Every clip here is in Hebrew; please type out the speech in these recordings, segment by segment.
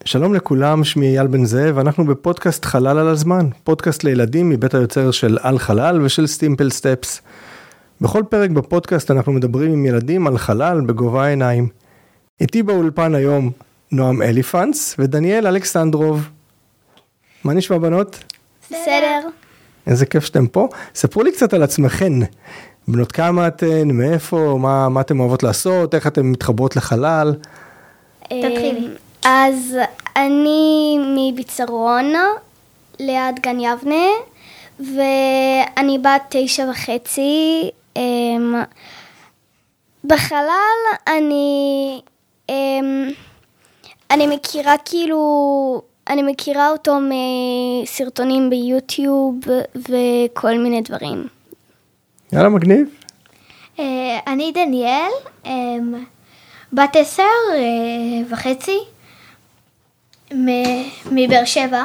שלום לכולם, שמי אייל בן זאב, ואנחנו בפודקאסט חלל על הזמן, פודקאסט לילדים מבית היוצר של על חלל ושל סטימפל סטפס. בכל פרק בפודקאסט אנחנו מדברים עם ילדים על חלל בגובה העיניים. איתי באולפן היום נועם אליפנס ודניאל אלכסנדרוב. מה נשמע בנות? בסדר. איזה כיף שאתם פה. ספרו לי קצת על עצמכן. בנות כמה אתן, מאיפה, מה אתן אוהבות לעשות, איך אתן מתחברות לחלל? תתחילי. אז אני מביצרון, ליד גן יבנה, ואני בת 9.5. בחלל אני מכירה אותו מסרטונים ביוטיוב וכל מיני דברים. יאללה, מגניב. אני דניאל, בת 10.5, מבאר שבע.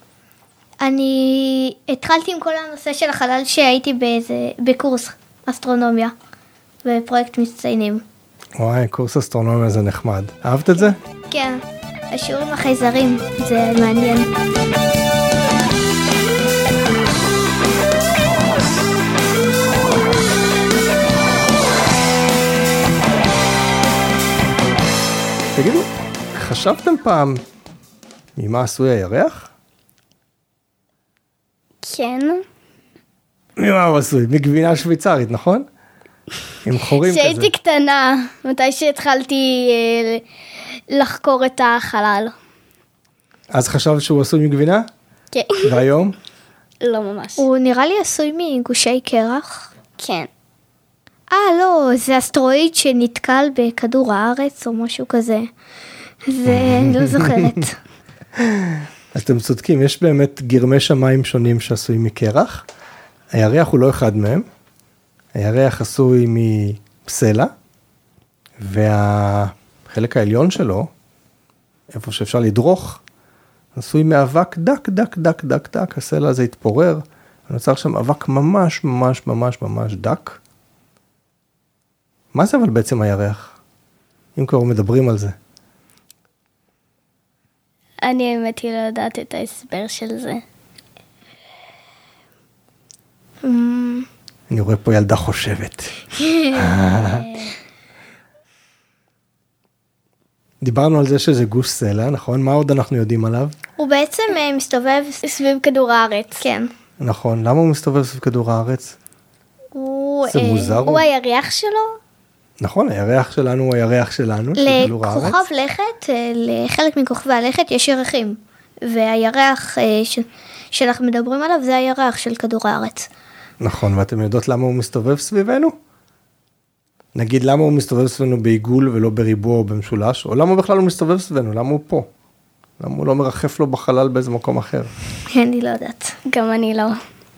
אני התחלתי עם כל הנושא של החלל שהייתי בקורס אסטרונומיה, בפרויקט מצטיינים. וואי, קורס אסטרונומיה זה נחמד. אהבת את זה? כן, השיעורים החייזרים, זה מעניין. תגידו, חשבתם פעם ממה עשוי הירח? כן. ממה הוא עשוי? מגבינה שוויצרית, נכון? עם חורים כזה. כשהייתי קטנה, מתי שהתחלתי לחקור את החלל. אז חשבת שהוא עשוי מגבינה? כן. והיום? לא ממש. הוא נראה לי עשוי מגושי קרח. כן. לא, זה אסטרואיד שנתקל בכדור הארץ או משהו כזה. זה אני לא זוכרת. אז אתם צודקים, יש באמת גרמי שמיים שונים שעשויים מקרח. הירח הוא לא אחד מהם. הירח עשוי מסלע, והחלק העליון שלו, איפה שאפשר לדרוך, עשוי מאבק דק, דק, דק, דק, דק. הסלע הזה התפורר, ונוצר שם אבק ממש, ממש, ממש, ממש דק. מה זה אבל בעצם הירח? אם כבר מדברים על זה. אני האמת היא לא יודעת את ההסבר של זה. אני רואה פה ילדה חושבת. דיברנו על זה שזה גוש סלע, נכון? מה עוד אנחנו יודעים עליו? הוא בעצם מסתובב סביב כדור הארץ. כן. נכון, למה הוא מסתובב סביב כדור הארץ? זה מוזר. הוא הירח שלו? נכון, הירח שלנו הוא הירח שלנו, של כדור הארץ. לכוכב לכת, לחלק מכוכבי הלכת יש ירחים, והירח שאנחנו מדברים עליו זה הירח של כדור הארץ. נכון, ואתם יודעות למה הוא מסתובב סביבנו? נגיד למה הוא מסתובב סביבנו בעיגול ולא בריבוע או במשולש, או למה בכלל הוא מסתובב סביבנו, למה הוא פה? למה הוא לא מרחף לו בחלל באיזה מקום אחר? אני לא יודעת. גם אני לא.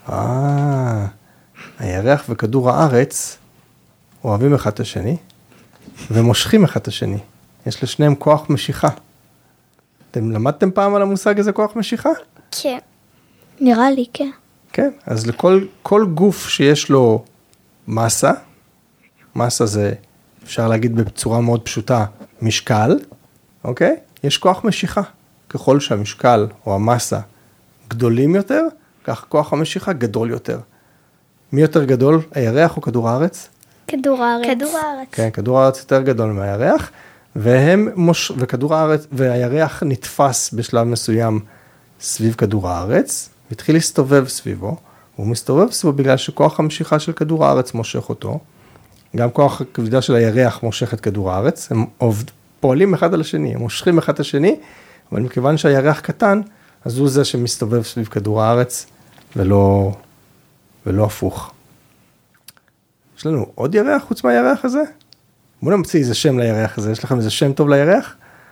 הירח וכדור הארץ אוהבים אחד את השני, ומושכים אחד את השני. יש לשניהם כוח משיכה. אתם למדתם פעם על המושג הזה כוח משיכה? כן. נראה לי, כן. כן, אז כל גוף שיש לו מסה, מסה זה, אפשר להגיד בצורה מאוד פשוטה, משקל, אוקיי? יש כוח משיכה. ככל שהמשקל או המסה גדולים יותר, כך כוח המשיכה גדול יותר. מי יותר גדול, הירח או כדור הארץ? כדור הארץ. כדור הארץ. כן, כדור הארץ יותר גדול מהירח, וכדור הארץ, והירח נתפס בשלב מסוים סביב כדור הארץ, והתחיל להסתובב סביבו, הוא מסתובב סביבו בגלל שכוח המשיכה של כדור הארץ מושך אותו, גם כוח הכבידה של הירח מושך את כדור הארץ, הם פועלים אחד על השני, הם מושכים אחד את השני, אבל מכיוון שהירח קטן, אז הוא זה שמסתובב סביב כדור הארץ, ולא הפוך. יש לנו עוד ירח חוץ מהירח הזה? בואו נמציא איזה שם לירח הזה, יש לכם איזה שם טוב לירח?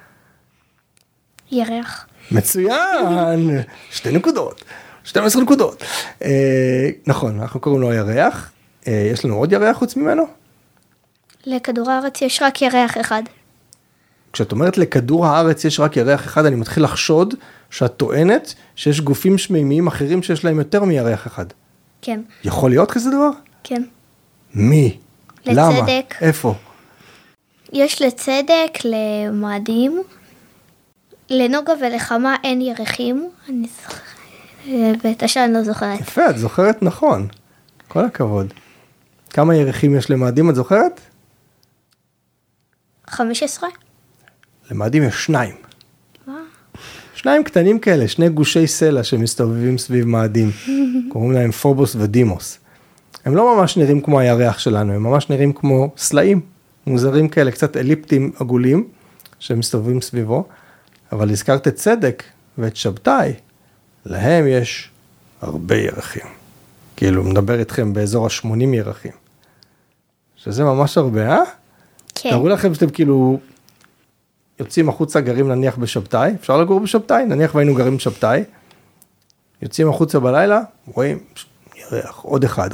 ירח. מצוין! 2 נקודות, 12 נקודות. נכון, אנחנו קוראים לו הירח. יש לנו עוד ירח חוץ ממנו? לכדור הארץ יש רק ירח אחד. כשאת אומרת לכדור הארץ יש רק ירח אחד, אני מתחיל לחשוד שאת טוענת שיש גופים שמימיים אחרים שיש להם יותר מירח אחד. כן. יכול להיות כזה דבר? כן. מי? למה? לצדק. איפה? יש לצדק, למאדים, לנוגה ולחמה אין ירחים, אני זוכרת, ואת השאר אני לא זוכרת. יפה, את זוכרת נכון. כל הכבוד. כמה ירחים יש למאדים, את זוכרת? 15? למאדים יש 2. מה? 2 קטנים כאלה, 2 גושי סלע שמסתובבים סביב מאדים. קוראים להם פובוס ודימוס. הם לא ממש נראים כמו הירח שלנו, הם ממש נראים כמו סלעים, מוזרים כאלה, קצת אליפטיים עגולים, שמסתובבים סביבו. אבל הזכרת את צדק ואת שבתאי, להם יש הרבה ירחים. כאילו, מדבר איתכם באזור ה-80 ירחים. שזה ממש הרבה, אה? כן. תארו לכם שאתם כאילו יוצאים החוצה, גרים נניח בשבתאי, אפשר לגור בשבתאי, נניח והיינו גרים בשבתאי, יוצאים החוצה בלילה, רואים ירח, עוד אחד.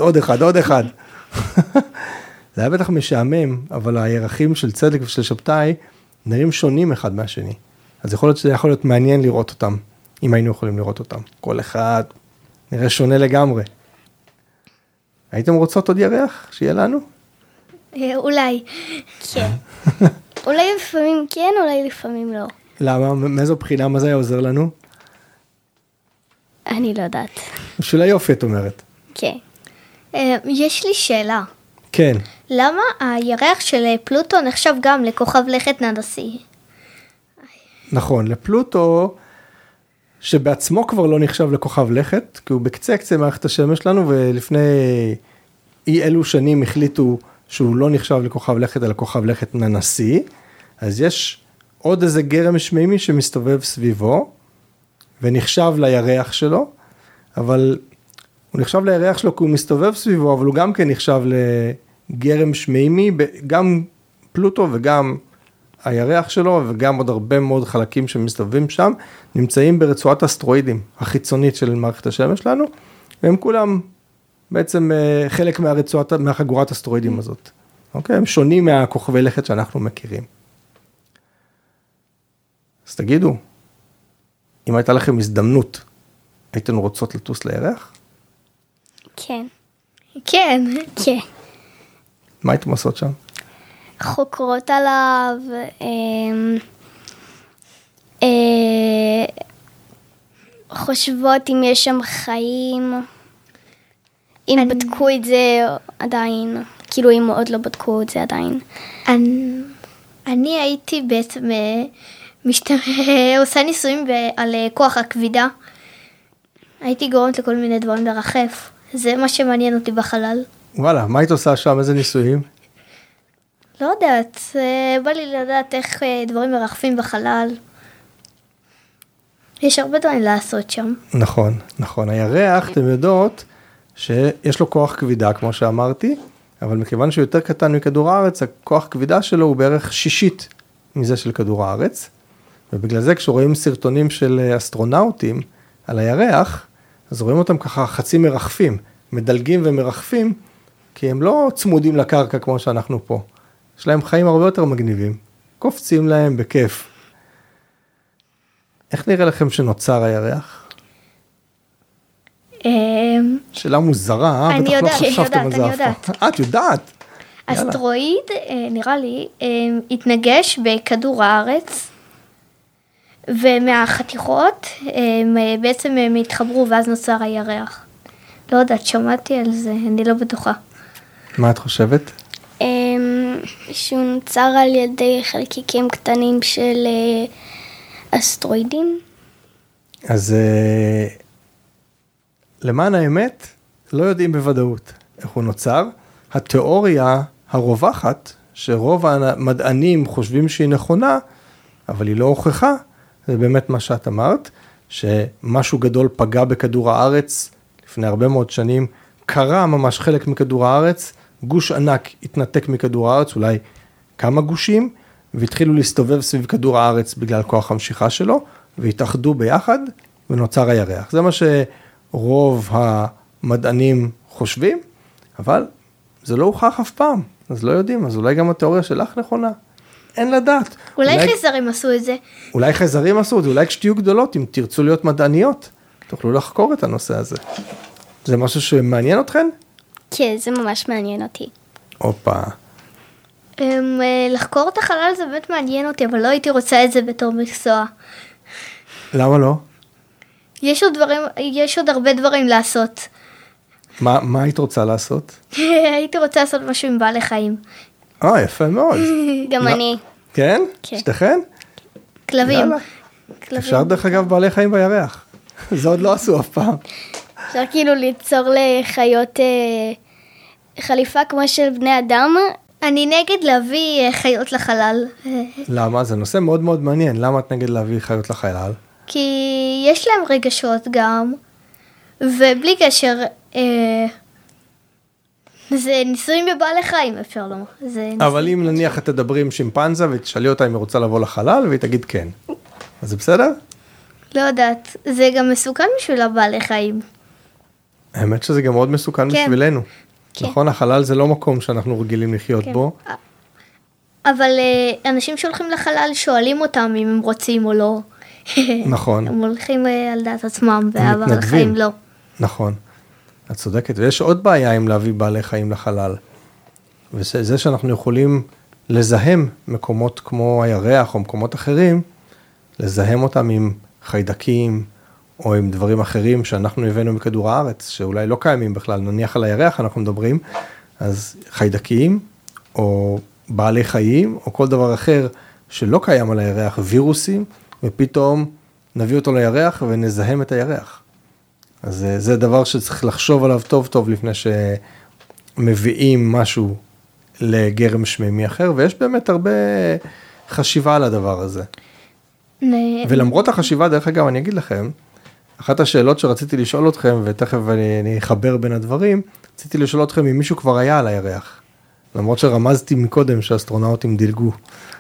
זה היה בטח משעמם, אבל הירחים של צדק ושל שבתאי נראים שונים אחד מהשני. אז יכול להיות שזה יכול להיות מעניין לראות אותם, אם היינו יכולים לראות אותם. כל אחד נראה שונה לגמרי. הייתם רוצות עוד ירח שיהיה לנו? אולי. כן. אולי לפעמים כן, אולי לפעמים לא. למה? מאיזו בחינה? מה זה היה עוזר לנו? אני לא יודעת. בשביל היופי, את אומרת. כן. יש לי שאלה. כן. למה הירח של פלוטו נחשב גם לכוכב לכת ננסי? נכון, לפלוטו, שבעצמו כבר לא נחשב לכוכב לכת, כי הוא בקצה מערכת השמש שלנו, ולפני אי אלו שנים החליטו שהוא לא נחשב לכוכב לכת, אלא כוכב לכת ננסי, אז יש עוד איזה גרם שמימי שמסתובב סביבו, ונחשב לירח שלו, אבל הוא נחשב לירח שלו כי הוא מסתובב סביבו, אבל הוא גם כן נחשב לגרם שמימי, גם פלוטו וגם הירח שלו, וגם עוד הרבה מאוד חלקים שמסתובבים שם, נמצאים ברצועת אסטרואידים החיצונית של מערכת השמש שלנו, והם כולם בעצם חלק מהחגורת אסטרואידים הזאת. אוקיי? הם שונים מהכוכבי לכת שאנחנו מכירים. אז תגידו, אם הייתה לכם הזדמנות, הייתן רוצות לטוס לירח? כן. כן. כן. מה הייתם עושות שם? חוקרות עליו, חושבות אם יש שם חיים, אם בדקו את זה עדיין, כאילו אם עוד לא בדקו את זה עדיין. אני הייתי בעצם עושה ניסויים על כוח הכבידה. הייתי גורמת לכל מיני דברים לרחף. זה מה שמעניין אותי בחלל. וואלה, מה היית עושה שם? איזה ניסויים? לא יודעת, בא לי לדעת איך דברים מרחפים בחלל. יש הרבה דברים לעשות שם. נכון, נכון. הירח, אתם יודעות, שיש לו כוח כבידה, כמו שאמרתי, אבל מכיוון שהוא יותר קטן מכדור הארץ, הכוח כבידה שלו הוא בערך 1/6 מזה של כדור הארץ, ובגלל זה כשרואים סרטונים של אסטרונאוטים על הירח, אז רואים אותם ככה חצי מרחפים, מדלגים ומרחפים, כי הם לא צמודים לקרקע כמו שאנחנו פה. יש להם חיים הרבה יותר מגניבים, קופצים להם בכיף. איך נראה לכם שנוצר הירח? שאלה מוזרה, אני יודעת, את יודעת. אסטרואיד, נראה לי, התנגש בכדור הארץ, ומהחתיכות בעצם הם התחברו ואז נוצר הירח. לא יודעת, שמעתי על זה, אני לא בטוחה. מה את חושבת? שהוא נוצר על ידי חלקיקים קטנים של אסטרואידים. אז למען האמת, לא יודעים בוודאות איך הוא נוצר. התיאוריה הרווחת, שרוב המדענים חושבים שהיא נכונה, אבל היא לא הוכחה, זה באמת מה שאת אמרת, שמשהו גדול פגע בכדור הארץ, לפני הרבה מאוד שנים, קרה ממש חלק מכדור הארץ, גוש ענק התנתק מכדור הארץ, אולי כמה גושים, והתחילו להסתובב סביב כדור הארץ בגלל כוח המשיכה שלו, והתאחדו ביחד ונוצר הירח. זה מה שרוב המדענים חושבים, אבל זה לא הוכח אף פעם, אז לא יודעים, אז אולי גם התיאוריה שלך נכונה. אין לדעת. אולי חייזרים עשו את זה. אולי חייזרים עשו את זה, אולי כשתהיו גדולות, אם תרצו להיות מדעניות, תוכלו לחקור את הנושא הזה. זה משהו שמעניין אתכן? כן, זה ממש מעניין אותי. אופה. לחקור את החלל זה באמת מעניין אותי, אבל לא הייתי רוצה את זה בתור מקצוע. למה לא? יש עוד הרבה דברים לעשות. מה היית רוצה לעשות? הייתי רוצה לעשות משהו עם בעלי חיים. יפה מאוד. גם אני. כן? כן. שתיכן? כלבים. יאללה. אפשר דרך אגב בעלי חיים בירח. זה עוד לא עשו אף פעם. אפשר כאילו ליצור לחיות חליפה כמו של בני אדם. אני נגד להביא חיות לחלל. למה? זה נושא מאוד מאוד מעניין. למה את נגד להביא חיות לחלל? כי יש להם רגשות גם, ובלי קשר, זה ניסויים בבעלי חיים, אפשר לומר. אבל אם נניח את תדברי עם שימפנזה ותשאלי אותה אם היא רוצה לבוא לחלל, והיא תגיד כן. אז זה בסדר? לא יודעת, זה גם מסוכן בשביל הבעלי חיים. האמת שזה גם מאוד מסוכן בשבילנו. כן. נכון, החלל זה לא מקום שאנחנו רגילים לחיות בו. אבל אנשים שהולכים לחלל שואלים אותם אם הם רוצים או לא. נכון. הם הולכים על דעת עצמם, הם והבעלי חיים לא. נכון. את צודקת. ויש עוד בעיה עם להביא בעלי חיים לחלל. וזה שאנחנו יכולים לזהם מקומות כמו הירח או מקומות אחרים, לזהם אותם עם חיידקים או עם דברים אחרים שאנחנו הבאנו מכדור הארץ, שאולי לא קיימים בכלל, נניח על הירח אנחנו מדברים, אז חיידקים או בעלי חיים או כל דבר אחר שלא קיים על הירח, וירוסים, ופתאום נביא אותו לירח ונזהם את הירח. אז זה דבר שצריך לחשוב עליו טוב טוב לפני שמביאים משהו לגרם שמימי אחר, ויש באמת הרבה חשיבה על הדבר הזה. ולמרות החשיבה, דרך אגב, אני אגיד לכם, אחת השאלות שרציתי לשאול אתכם, ותכף אני אחבר בין הדברים, רציתי לשאול אתכם אם מישהו כבר היה על הירח. למרות שרמזתי מקודם שהאסטרונאוטים דילגו.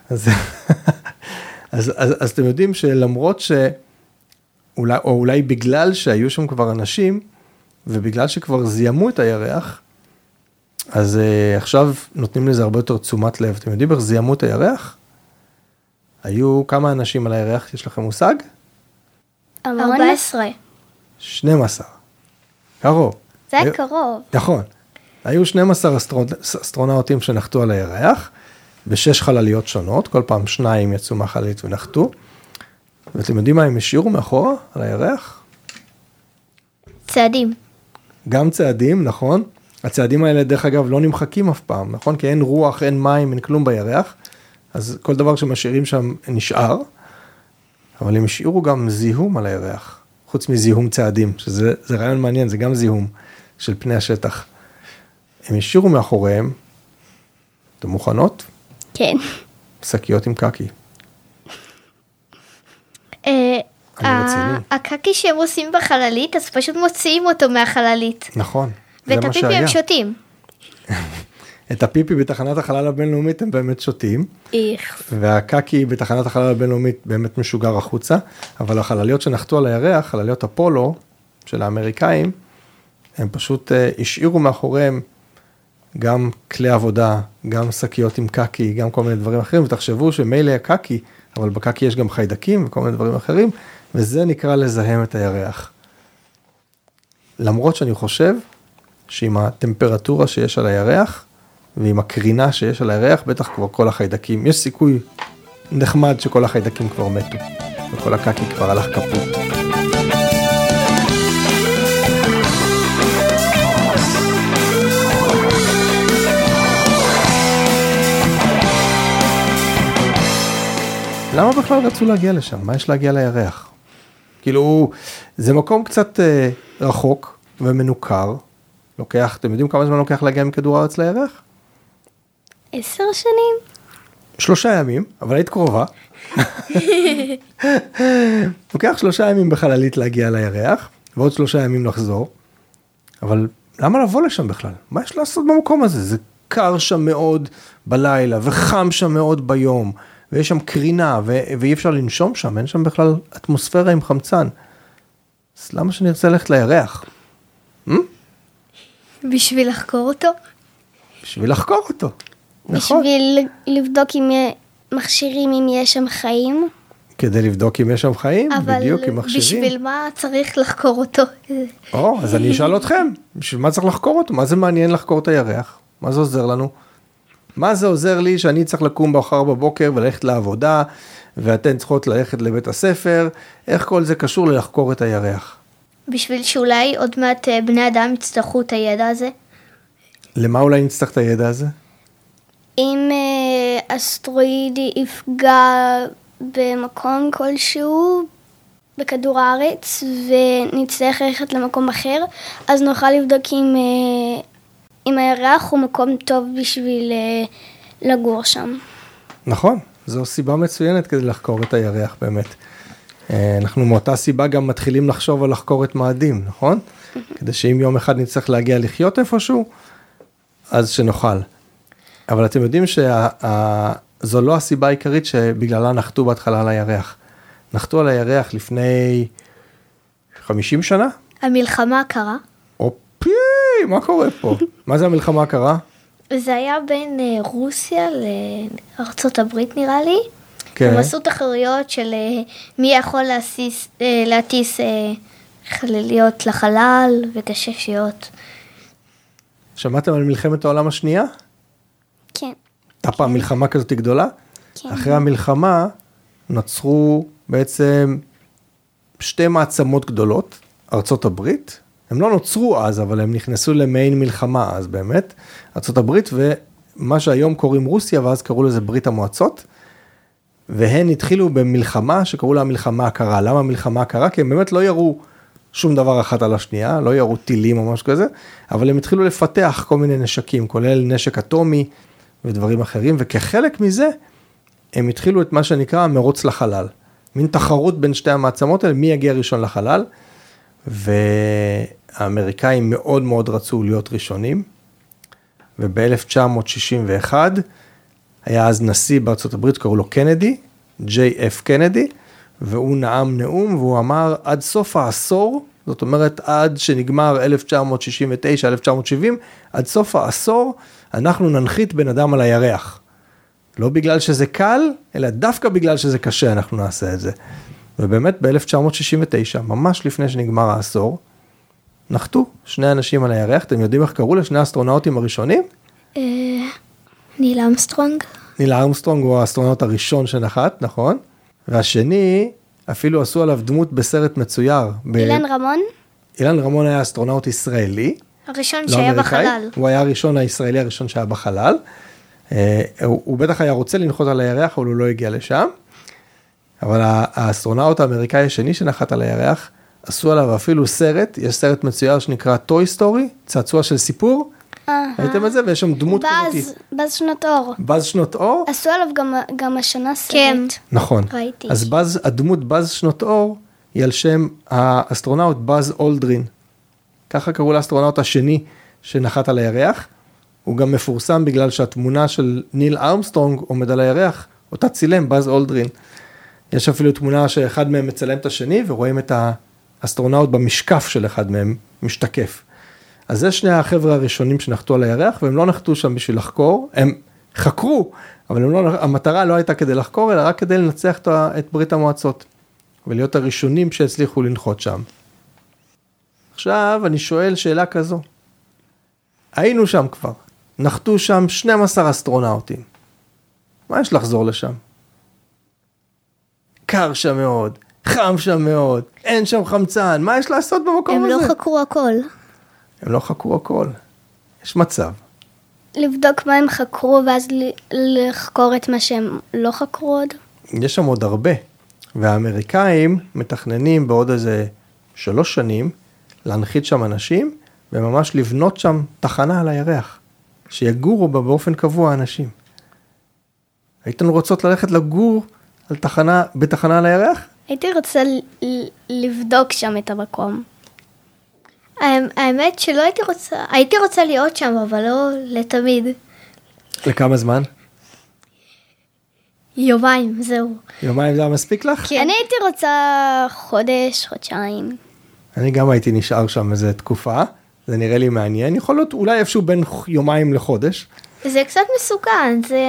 אז אתם יודעים שלמרות או אולי בגלל שהיו שם כבר אנשים, ובגלל שכבר זיהמו את הירח, אז עכשיו נותנים לזה הרבה יותר תשומת לב. אתם יודעים איך זיהמו את הירח? היו כמה אנשים על הירח, יש לכם מושג? 14. 12. קרוב. זה היה קרוב. נכון. היו 12 אסטרונאוטים שנחתו על הירח, ב6 חלליות שונות, כל פעם 2 יצאו מהחללית ונחתו. ואתם יודעים מה הם השאירו מאחורה על הירח? צעדים. גם צעדים, נכון. הצעדים האלה דרך אגב לא נמחקים אף פעם, נכון? כי אין רוח, אין מים, אין כלום בירח. אז כל דבר שמשאירים שם נשאר. אבל הם השאירו גם זיהום על הירח. חוץ מזיהום צעדים, שזה רעיון מעניין, זה גם זיהום של פני השטח. הם השאירו מאחוריהם, אתם מוכנות? כן. שקיות עם קקי. הקקי שהם עושים בחללית, אז פשוט מוציאים אותו מהחללית. נכון. ואת הפיפי הם שותים. את הפיפי בתחנת החלל הבינלאומית הם באמת שותים. איך. והקקי בתחנת החלל הבינלאומית באמת משוגר החוצה. אבל החלליות שנחתו על הירח, חלליות אפולו של האמריקאים, הם פשוט השאירו מאחוריהם גם כלי עבודה, גם שקיות עם קקי, גם כל מיני דברים אחרים. ותחשבו שמילא הקקי, אבל בקקי יש גם חיידקים וכל מיני דברים אחרים, וזה נקרא לזהם את הירח. למרות שאני חושב שעם הטמפרטורה שיש על הירח, ועם הקרינה שיש על הירח, בטח כבר כל החיידקים, יש סיכוי נחמד שכל החיידקים כבר מתו, וכל הקקי כבר הלך כפות. למה בכלל רצו להגיע לשם? מה יש להגיע לירח? כאילו, זה מקום קצת רחוק ומנוכר. לוקח, אתם יודעים כמה זמן לוקח להגיע מכדור הארץ לירח? 10 שנים. 3 ימים, אבל היית קרובה. לוקח 3 ימים בחללית להגיע לירח, ועוד 3 ימים לחזור. אבל למה לבוא לשם בכלל? מה יש לעשות במקום הזה? זה קר שם מאוד בלילה, וחם שם מאוד ביום. ויש שם קרינה, ואי אפשר לנשום שם, אין שם בכלל אטמוספירה עם חמצן. אז למה שנרצה ללכת לירח? בשביל לחקור אותו? בשביל לחקור אותו, נכון. בשביל לבדוק אם מכשירים אם יש שם חיים. כדי לבדוק אם יש שם חיים, בדיוק עם מכשירים. אבל בשביל מה צריך לחקור אותו? אז אני אשאל אתכם, בשביל מה צריך לחקור אותו? מה זה מעניין לחקור את הירח? מה זה עוזר לנו? מה זה עוזר לי שאני צריך לקום מחר בבוקר וללכת לעבודה, ואתן צריכות ללכת לבית הספר, איך כל זה קשור ללחקור את הירח? בשביל שאולי עוד מעט בני אדם יצטרכו את הידע הזה. למה אולי נצטרך את הידע הזה? אם אסטרואיד יפגע במקום כלשהו בכדור הארץ ונצטרך ללכת למקום אחר, אז נוכל לבדוק אם הירח הוא מקום טוב בשביל לגור שם. נכון, זו סיבה מצוינת כדי לחקור את הירח באמת. אנחנו מאותה סיבה גם מתחילים לחשוב על לחקור את מאדים, נכון? כדי שאם יום אחד נצטרך להגיע לחיות איפשהו, אז שנוכל. אבל אתם יודעים שזו לא הסיבה העיקרית שבגללה נחתו בהתחלה על הירח. נחתו על הירח לפני 50 שנה? המלחמה קרה. אופי, מה קורה פה? מה זה המלחמה קרה? זה היה בין רוסיה לארצות הברית נראה לי. כן. הם עשו תחרויות של מי יכול להטיס חלליות לחלל וגששיות. שמעתם על מלחמת העולם השנייה? כן. הייתה פעם מלחמה כזאת גדולה? כן. אחרי המלחמה נוצרו בעצם שתי מעצמות גדולות, ארצות הברית, הם לא נוצרו אז, אבל הם נכנסו למעין מלחמה אז באמת, ארצות הברית ומה שהיום קוראים רוסיה, ואז קראו לזה ברית המועצות, והן התחילו במלחמה שקראו לה מלחמה הקרה. למה מלחמה הקרה? כי הם באמת לא יראו שום דבר אחת על השנייה, לא יראו טילים או משהו כזה, אבל הם התחילו לפתח כל מיני נשקים, כולל נשק אטומי ודברים אחרים, וכחלק מזה הם התחילו את מה שנקרא מרוץ לחלל. מין תחרות בין שתי המעצמות האלה, מי יגיע ראשון לחלל, והאמריקאים מאוד מאוד רצו להיות ראשונים, וב-1961 היה אז נשיא בארצות הברית, קראו לו קנדי, JF קנדי, והוא נאם נאום, והוא אמר עד סוף העשור, זאת אומרת עד שנגמר 1969, 1970, עד סוף העשור אנחנו ננחית בן אדם על הירח. לא בגלל שזה קל, אלא דווקא בגלל שזה קשה אנחנו נעשה את זה. ובאמת ב-1969, ממש לפני שנגמר העשור, נחתו שני אנשים על הירח. אתם יודעים איך קראו לשני האסטרונאוטים הראשונים? ניל אמסטרונג. ניל אמסטרונג הוא האסטרונאוט הראשון שנחת, נכון? והשני, אפילו עשו עליו דמות בסרט מצויר. אילן רמון? אילן רמון היה אסטרונאוט ישראלי. הראשון לא שהיה אמריקאי. בחלל. הוא היה הראשון הישראלי הראשון שהיה בחלל. הוא בטח היה רוצה לנחות על הירח, אבל הוא לא הגיע לשם. אבל האסטרונאוט האמריקאי השני שנחת על הירח, עשו עליו אפילו סרט, יש סרט מצויר שנקרא טוי סטורי, צעצוע של סיפור. ראיתם את זה? ויש שם דמות כזאת. בז שנות אור. בז שנות אור? עשו עליו גם השנה סרט. כן. נכון. ראיתי. אז הדמות בז שנות אור, היא על שם האסטרונאוט בז אולדרין. ככה קראו לאסטרונאוט השני שנחת על הירח. הוא גם מפורסם בגלל שהתמונה של ניל ארמסטרונג עומד על הירח, אותה צילם בז אולדרין. יש אפילו תמונה שאחד מהם מצלם את השני, ורואים את האסטרונאוט במשקף של אחד מהם משתקף. אז זה שני החבר'ה הראשונים שנחתו על הירח, והם לא נחתו שם בשביל לחקור, הם חקרו, אבל המטרה לא הייתה כדי לחקור, אלא רק כדי לנצח את ברית המועצות, ולהיות הראשונים שהצליחו לנחות שם. עכשיו אני שואל שאלה כזו, היינו שם כבר, נחתו שם 12 אסטרונאוטים, מה יש לחזור לשם? קר שם מאוד, חם שם מאוד, אין שם חמצן, מה יש לעשות במקום הזה? הם לא חקרו הכל. הם לא חקרו הכל, יש מצב. לבדוק מה הם חקרו ואז לחקור את מה שהם לא חקרו עוד? יש שם עוד הרבה, והאמריקאים מתכננים בעוד איזה 3 שנים להנחית שם אנשים, וממש לבנות שם תחנה על הירח, שיגורו בה באופן קבוע אנשים. הייתן רוצות ללכת לגור בתחנה על הירח? הייתי רוצה לבדוק שם את המקום. האמת שלא הייתי רוצה להיות שם, אבל לא לתמיד. לכמה זמן? יומיים, זהו. יומיים זה מספיק לך? כן. אני הייתי רוצה חודש, חודשיים. אני גם הייתי נשאר שם איזה תקופה, זה נראה לי מעניין, יכול להיות אולי איפשהו בין יומיים לחודש. זה קצת מסוכן, זה...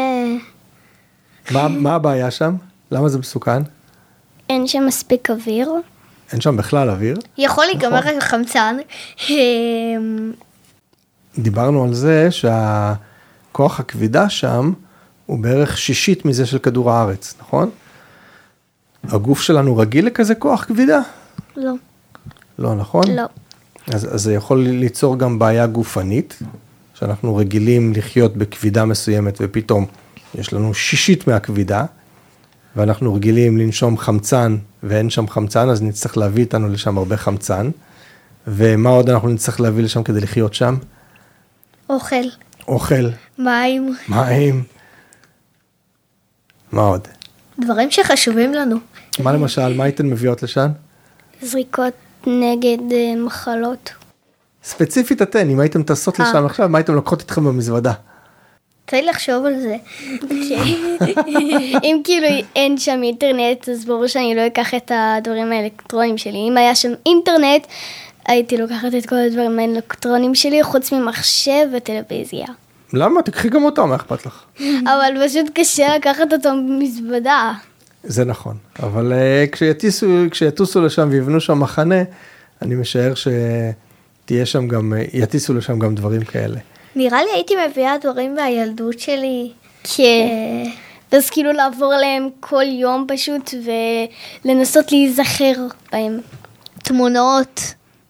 מה הבעיה שם? למה זה מסוכן? אין שם מספיק אוויר. אין שם בכלל אוויר. יכול להיגמר החמצן. דיברנו על זה שהכוח הכבידה שם הוא בערך 1/6 מזה של כדור הארץ, נכון? הגוף שלנו רגיל לכזה כוח כבידה? לא. לא, נכון? לא. אז זה יכול ליצור גם בעיה גופנית, שאנחנו רגילים לחיות בכבידה מסוימת, ופתאום יש לנו 1/6 מהכבידה, ואנחנו רגילים לנשום חמצן, ואין שם חמצן, אז נצטרך להביא איתנו לשם הרבה חמצן, ומה עוד אנחנו נצטרך להביא לשם כדי לחיות שם? אוכל. אוכל. מים. מים. מה עוד? דברים שחשובים לנו. מה למשל, מה הייתן מביאות לשם? זריקות נגד מחלות. ספציפית אתן, אם הייתם טסות לשם עכשיו, מה הייתם לוקחות איתכם במזוודה? צריך לחשוב על זה. אם כאילו אין שם אינטרנט, אז ברור שאני לא אקח את הדברים האלקטרונים שלי. אם היה שם אינטרנט, הייתי לוקחת את כל הדברים האלקטרונים שלי, חוץ ממחשב וטלוויזיה. למה? תקחי גם אותם, מה אכפת לך? אבל פשוט קשה לקחת אותם במזוודה. זה נכון, אבל כשיטוסו לשם ויבנו שם מחנה, אני משער שתהיה שם גם, יטיסו לשם גם דברים כאלה. נראה לי הייתי מביאה דברים מהילדות שלי. כן. אז כאילו לעבור עליהם כל יום פשוט, ולנסות להיזכר בהם. תמונות.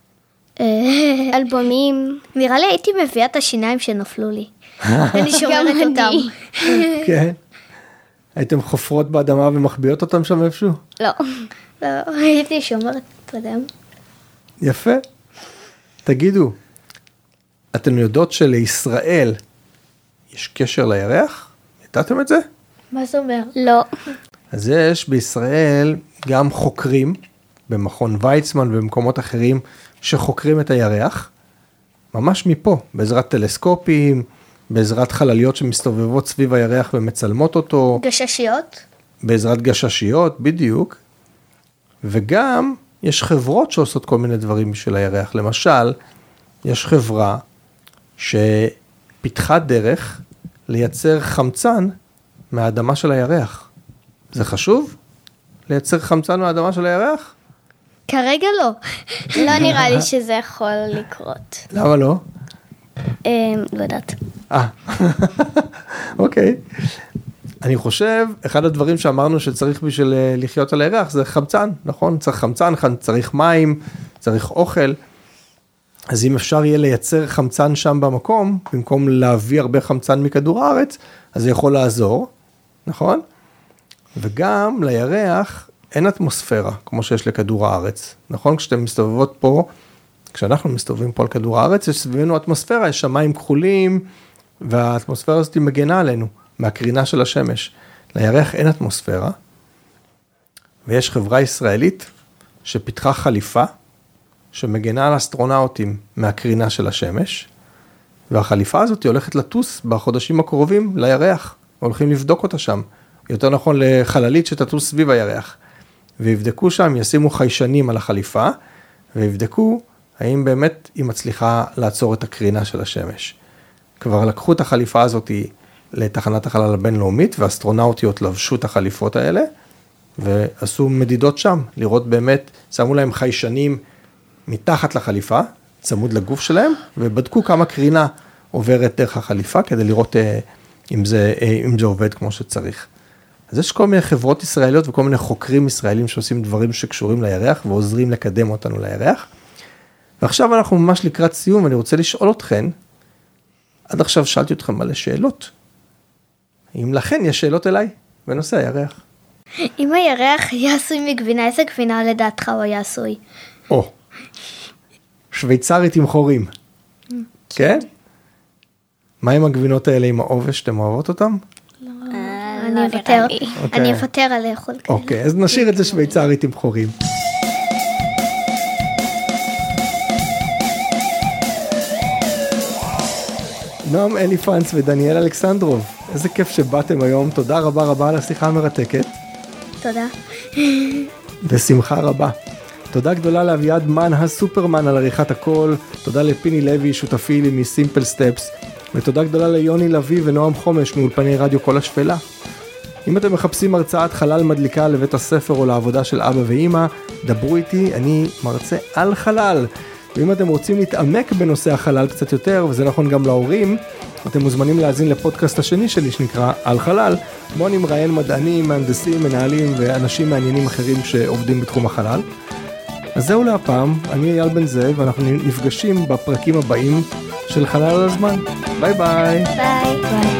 אלבומים. נראה לי הייתי מביאה את השיניים שנפלו לי. אני שומרת אותם. כן. הייתם חופרות באדמה ומחביאות אותם שם איפשהו? לא. לא, הייתי שומרת אותם. יפה. תגידו, אתן יודעות שלישראל יש קשר לירח? ידעתם את זה? מה זה אומר? לא. אז יש בישראל גם חוקרים, במכון ויצמן ובמקומות אחרים, שחוקרים את הירח, ממש מפה, בעזרת טלסקופים, בעזרת חלליות שמסתובבות סביב הירח ומצלמות אותו. גששיות? בעזרת גששיות, בדיוק. וגם יש חברות שעושות כל מיני דברים בשביל הירח. למשל, יש חברה שפיתחה דרך לייצר חמצן מהאדמה של הירח. זה חשוב? לייצר חמצן מהאדמה של הירח? כרגע לא. לא נראה לי שזה יכול לקרות. למה לא? לא יודעת. אוקיי. אני חושב, אחד הדברים שאמרנו שצריך בשביל לחיות על הירח זה חמצן, נכון? צריך חמצן, צריך מים, צריך אוכל. אז אם אפשר יהיה לייצר חמצן שם במקום, במקום להביא הרבה חמצן מכדור הארץ, אז זה יכול לעזור, נכון? וגם לירח אין אטמוספירה, כמו שיש לכדור הארץ, נכון? כשאתם מסתובבות פה, כשאנחנו מסתובבים פה על כדור הארץ, יש סביבנו אטמוספירה, יש שמיים כחולים, והאטמוספירה הזאת היא מגנה עלינו, מהקרינה של השמש. לירח אין אטמוספירה, ויש חברה ישראלית שפיתחה חליפה, שמגנה על אסטרונאוטים מהקרינה של השמש, והחליפה הזאת היא הולכת לטוס בחודשים הקרובים לירח, הולכים לבדוק אותה שם, יותר נכון לחללית שתטוס סביב הירח, ויבדקו שם, ישימו חיישנים על החליפה, ויבדקו האם באמת היא מצליחה לעצור את הקרינה של השמש. כבר לקחו את החליפה הזאת לתחנת החלל הבינלאומית, והאסטרונאוטיות לבשו את החליפות האלה, ועשו מדידות שם, לראות באמת, שמו להם חיישנים מתחת לחליפה, צמוד לגוף שלהם, ובדקו כמה קרינה עוברת דרך החליפה, כדי לראות אם זה עובד כמו שצריך. אז יש כל מיני חברות ישראליות, וכל מיני חוקרים ישראלים שעושים דברים שקשורים לירח, ועוזרים לקדם אותנו לירח. ועכשיו אנחנו ממש לקראת סיום, ואני רוצה לשאול אתכן, עד עכשיו שאלתי אתכם מלא שאלות. אם לכן יש שאלות אליי, בנושא הירח. אם הירח היה עשוי מגבינה, איזה גבינה לדעתך הוא היה עשוי? שוויצרית עם חורים. כן? מה עם הגבינות האלה עם העובש, אתם אוהבות אותם? אני אוותר על לאכול כאלה. אוקיי, אז נשאיר את זה שוויצרית עם חורים. נועם אליפנץ ודניאל אלכסנדרוב, איזה כיף שבאתם היום, תודה רבה רבה על השיחה המרתקת. תודה. בשמחה רבה. תודה גדולה לאביעד מן הסופרמן על עריכת הכל, תודה לפיני לוי שותפי לי מסימפל סטפס, ותודה גדולה ליוני לוי ונועם חומש מאולפני רדיו כל השפלה. אם אתם מחפשים הרצאת חלל מדליקה לבית הספר או לעבודה של אבא ואמא, דברו איתי, אני מרצה על חלל. ואם אתם רוצים להתעמק בנושא החלל קצת יותר, וזה נכון גם להורים, אתם מוזמנים להאזין לפודקאסט השני שלי שנקרא על חלל, בו אני מראיין מדענים, מהנדסים, מנהלים ואנשים מעניינים אחרים שעובדים בתחום החלל. אז זהו להפעם, אני אייל בן זאב, ואנחנו נפגשים בפרקים הבאים של חלל על הזמן. ביי ביי. ביי.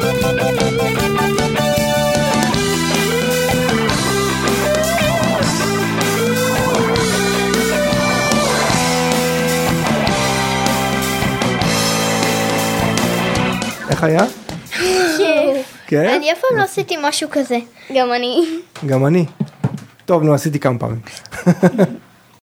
איך היה? כן? אני אף פעם לא עשיתי משהו כזה. גם אני. גם אני. טוב, נו, עשיתי כמה פעמים.